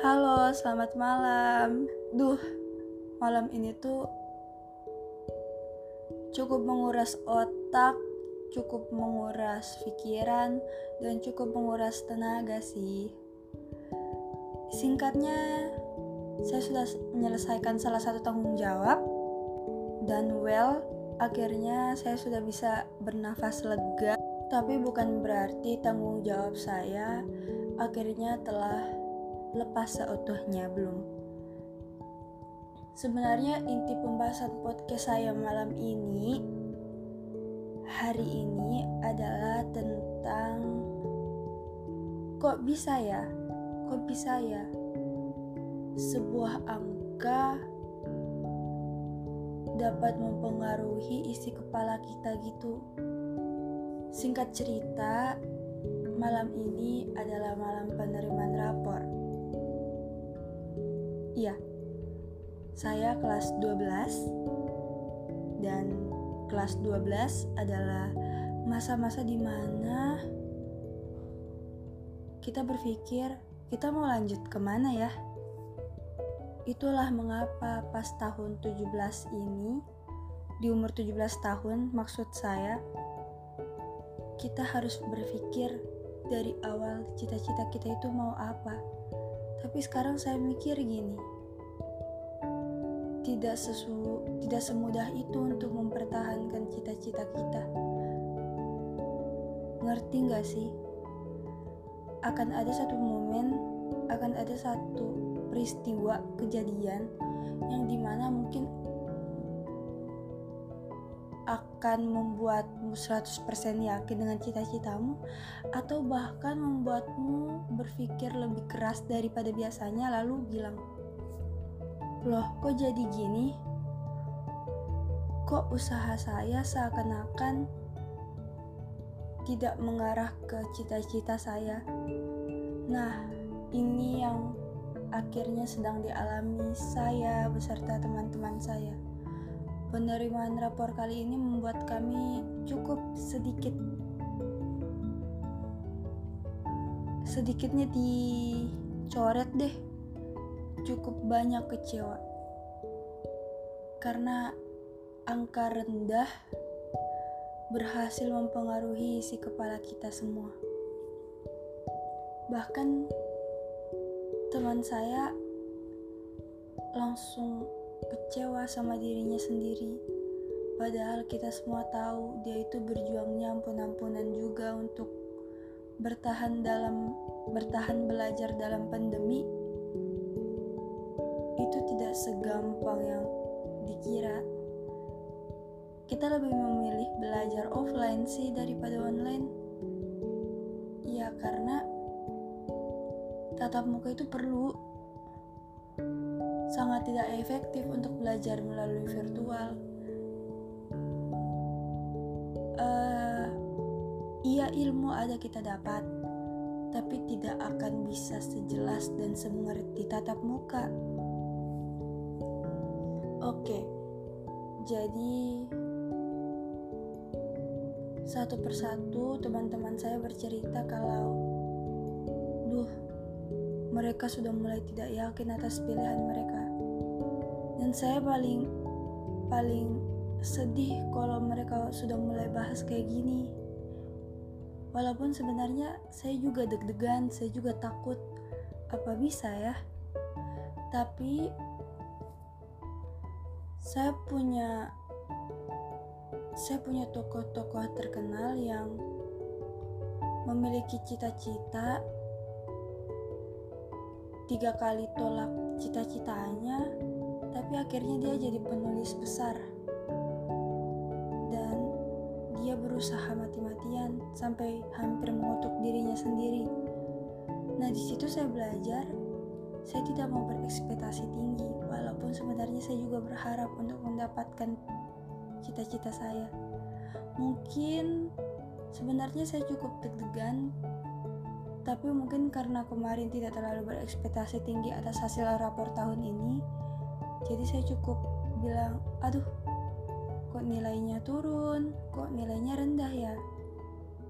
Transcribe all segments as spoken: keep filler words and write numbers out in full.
Halo, selamat malam. Duh, malam ini tuh cukup menguras otak, cukup menguras pikiran, dan cukup menguras tenaga sih. Singkatnya, saya sudah menyelesaikan salah satu tanggung jawab, dan well, akhirnya saya sudah bisa bernafas lega. Tapi bukan berarti tanggung jawab saya akhirnya telah lepas seutuhnya, belum. Sebenarnya inti pembahasan podcast saya malam ini hari ini adalah tentang kok bisa ya kok bisa ya sebuah angka dapat mempengaruhi isi kepala kita gitu. Singkat cerita, malam ini adalah malam penerimaan rapor. Iya, saya kelas dua belas, dan kelas dua belas adalah masa-masa di mana kita berpikir kita mau lanjut kemana ya. Itulah mengapa pas tahun tujuh belas ini, di umur tujuh belas tahun maksud saya, kita harus berpikir dari awal cita-cita kita itu mau apa. Tapi sekarang saya mikir gini, tidak sesu, tidak semudah itu untuk mempertahankan cita-cita kita. Ngerti gak sih? Akan ada satu momen, akan ada satu peristiwa, kejadian yang dimana mungkin akan membuatmu seratus persen yakin dengan cita-citamu, atau bahkan membuatmu berpikir lebih keras daripada biasanya, lalu bilang, loh kok jadi gini? Kok usaha saya seakan-akan tidak mengarah ke cita-cita saya? Nah, ini yang akhirnya sedang dialami saya beserta teman-teman saya. Penerimaan rapor kali ini membuat kami cukup sedikit sedikitnya dicoret deh. Cukup banyak kecewa karena angka rendah berhasil mempengaruhi isi kepala kita semua. Bahkan teman saya langsung kecewa sama dirinya sendiri, padahal kita semua tahu dia itu berjuangnya ampun-ampunan juga untuk bertahan dalam bertahan belajar dalam pandemi. Itu tidak segampang yang dikira. Kita lebih memilih belajar offline sih daripada online. Ya karena tatap muka itu perlu, sangat tidak efektif untuk belajar melalui virtual. Uh, iya ilmu ada kita dapat, tapi tidak akan bisa sejelas dan semengerti tatap muka. Oke, jadi satu persatu teman-teman saya bercerita kalau duh, mereka sudah mulai tidak yakin atas pilihan mereka. Dan saya paling paling sedih kalau mereka sudah mulai bahas kayak gini. Walaupun sebenarnya saya juga deg-degan, saya juga takut, apa bisa ya? Tapi saya punya saya punya tokoh-tokoh terkenal yang memiliki cita-cita, tiga kali tolak cita-citanya, tapi akhirnya dia jadi penulis besar. Dan dia berusaha mati-matian sampai hampir mengutuk dirinya sendiri. Nah, di situ saya belajar, saya tidak mau berekspektasi tinggi, walaupun sebenarnya saya juga berharap untuk mendapatkan cita-cita saya. Mungkin sebenarnya saya cukup deg-degan, tapi mungkin karena kemarin tidak terlalu berekspektasi tinggi atas hasil rapor tahun ini, jadi saya cukup bilang, aduh, kok nilainya turun, kok nilainya rendah ya,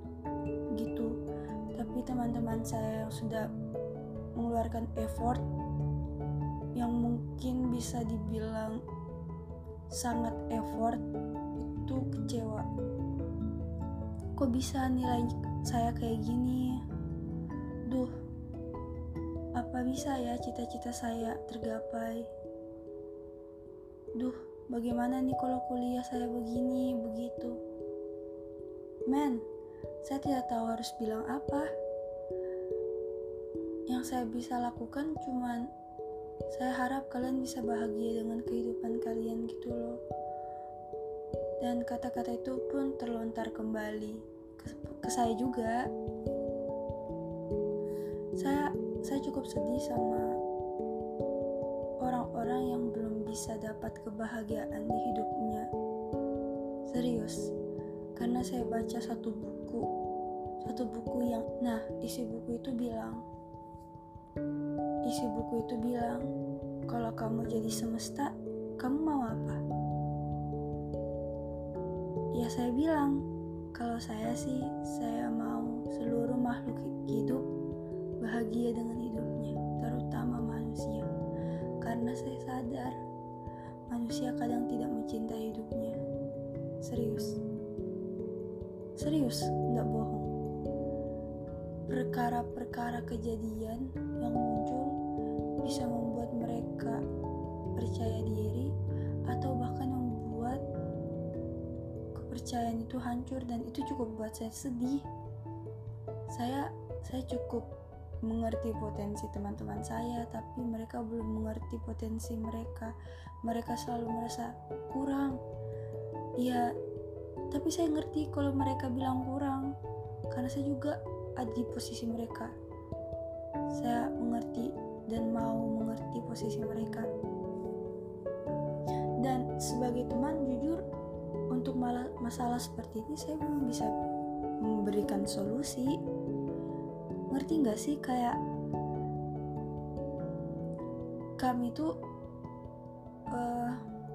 gitu. Tapi teman-teman saya yang sudah mengeluarkan effort yang mungkin bisa dibilang sangat effort itu kecewa. Kok bisa nilai saya kayak gini? Duh, apa bisa ya cita-cita saya tergapai? Duh, bagaimana nih kalau kuliah saya begini, begitu? Men, saya tidak tahu harus bilang apa. Yang saya bisa lakukan cuman saya harap kalian bisa bahagia dengan kehidupan kalian gitu loh. Dan kata-kata itu pun terlontar kembali ke, ke saya juga. Saya saya cukup sedih sama orang-orang yang belum bisa dapat kebahagiaan di hidupnya. Serius, karena saya baca satu buku, satu buku yang, nah isi buku itu bilang, isi buku itu bilang, kalau kamu jadi semesta, kamu mau apa? Ya saya bilang, kalau saya sih, saya mau seluruh makhluk hidup bahagia dengan hidupnya, terutama manusia. Karena saya sadar, manusia kadang tidak mencintai hidupnya. Serius. Serius, enggak bohong. Perkara-perkara kejadian yang muncul bisa membuat mereka percaya diri atau bahkan membuat kepercayaan itu hancur, dan itu cukup buat saya sedih. Saya saya cukup mengerti potensi teman-teman saya, tapi mereka belum mengerti potensi mereka. Mereka selalu merasa kurang. Iya, tapi saya ngerti kalau mereka bilang kurang, karena saya juga ada di posisi mereka. Saya mengerti dan mau mengerti posisi mereka. Dan sebagai teman, jujur, untuk masalah seperti ini saya belum bisa memberikan solusi. Ngerti gak sih, kayak kami tuh uh,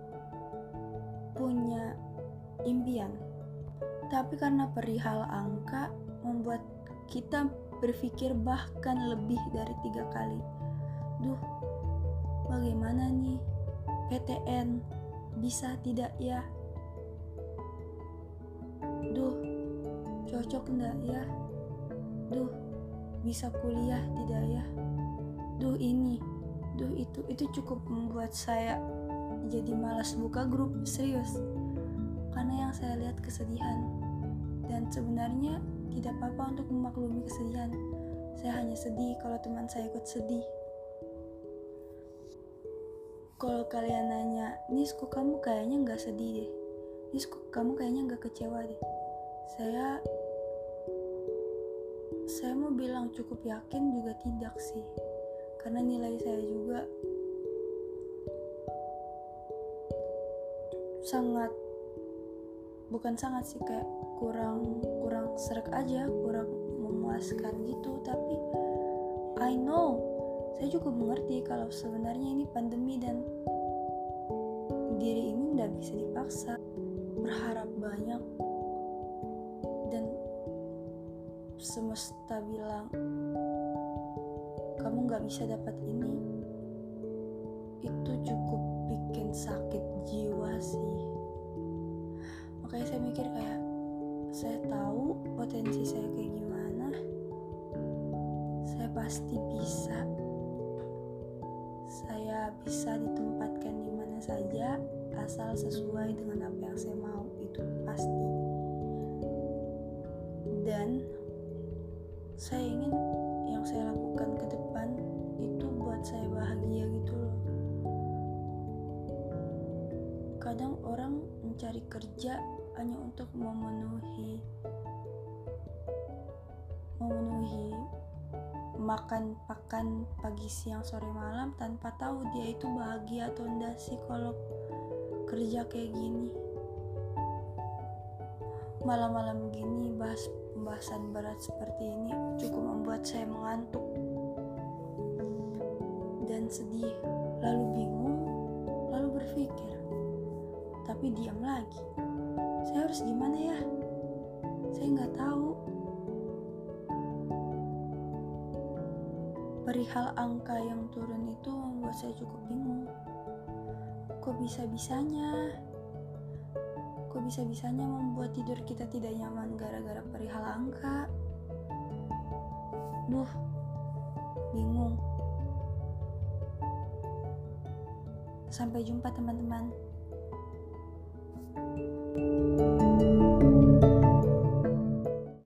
punya impian, tapi karena perihal angka membuat kita berpikir bahkan lebih dari tiga kali. Duh, bagaimana nih P T N, bisa tidak ya? Duh, cocok enggak ya? Duh, bisa kuliah tidak ya? Duh ini, duh itu, itu cukup membuat saya jadi malas buka grup, serius. Karena yang saya lihat kesedihan, dan sebenarnya tidak apa-apa untuk memaklumi kesedihan. Saya hanya sedih kalau teman saya ikut sedih. Kalau kalian nanya, Nis kok kamu kayaknya gak sedih deh, Nis kok kamu kayaknya gak kecewa deh, Saya Saya mau bilang cukup yakin juga tidak sih. Karena nilai saya juga sangat, bukan sangat sih, kayak kurang kurang serak aja, kurang memuaskan gitu. Tapi I know, saya cukup mengerti kalau sebenarnya ini pandemi dan diri ini tidak bisa dipaksa. Berharap banyak dan semesta bilang kamu gak bisa dapat ini, itu cukup bikin sakit jiwa sih. Makanya saya mikir kayak, saya tahu potensi saya kayak gimana, saya pasti bisa, saya bisa ditempatkan di mana saja asal sesuai dengan apa yang saya mau, itu pasti. Dan saya ingin yang saya lakukan ke depan itu buat saya bahagia gitu loh. Kadang orang mencari kerja hanya untuk memenuhi memenuhi makan pakan pagi siang sore malam tanpa tahu dia itu bahagia atau enggak sih kalau kerja kayak gini. Malam-malam gini bahas pembahasan berat seperti ini cukup membuat saya mengantuk dan sedih, lalu bingung, lalu berpikir, tapi diam lagi. Saya harus gimana ya? Saya nggak tahu. Perihal angka yang turun itu membuat saya cukup bingung. Kok bisa-bisanya? Kok bisa-bisanya membuat tidur kita tidak nyaman gara-gara perihal angka? Duh, bingung. Sampai jumpa teman-teman.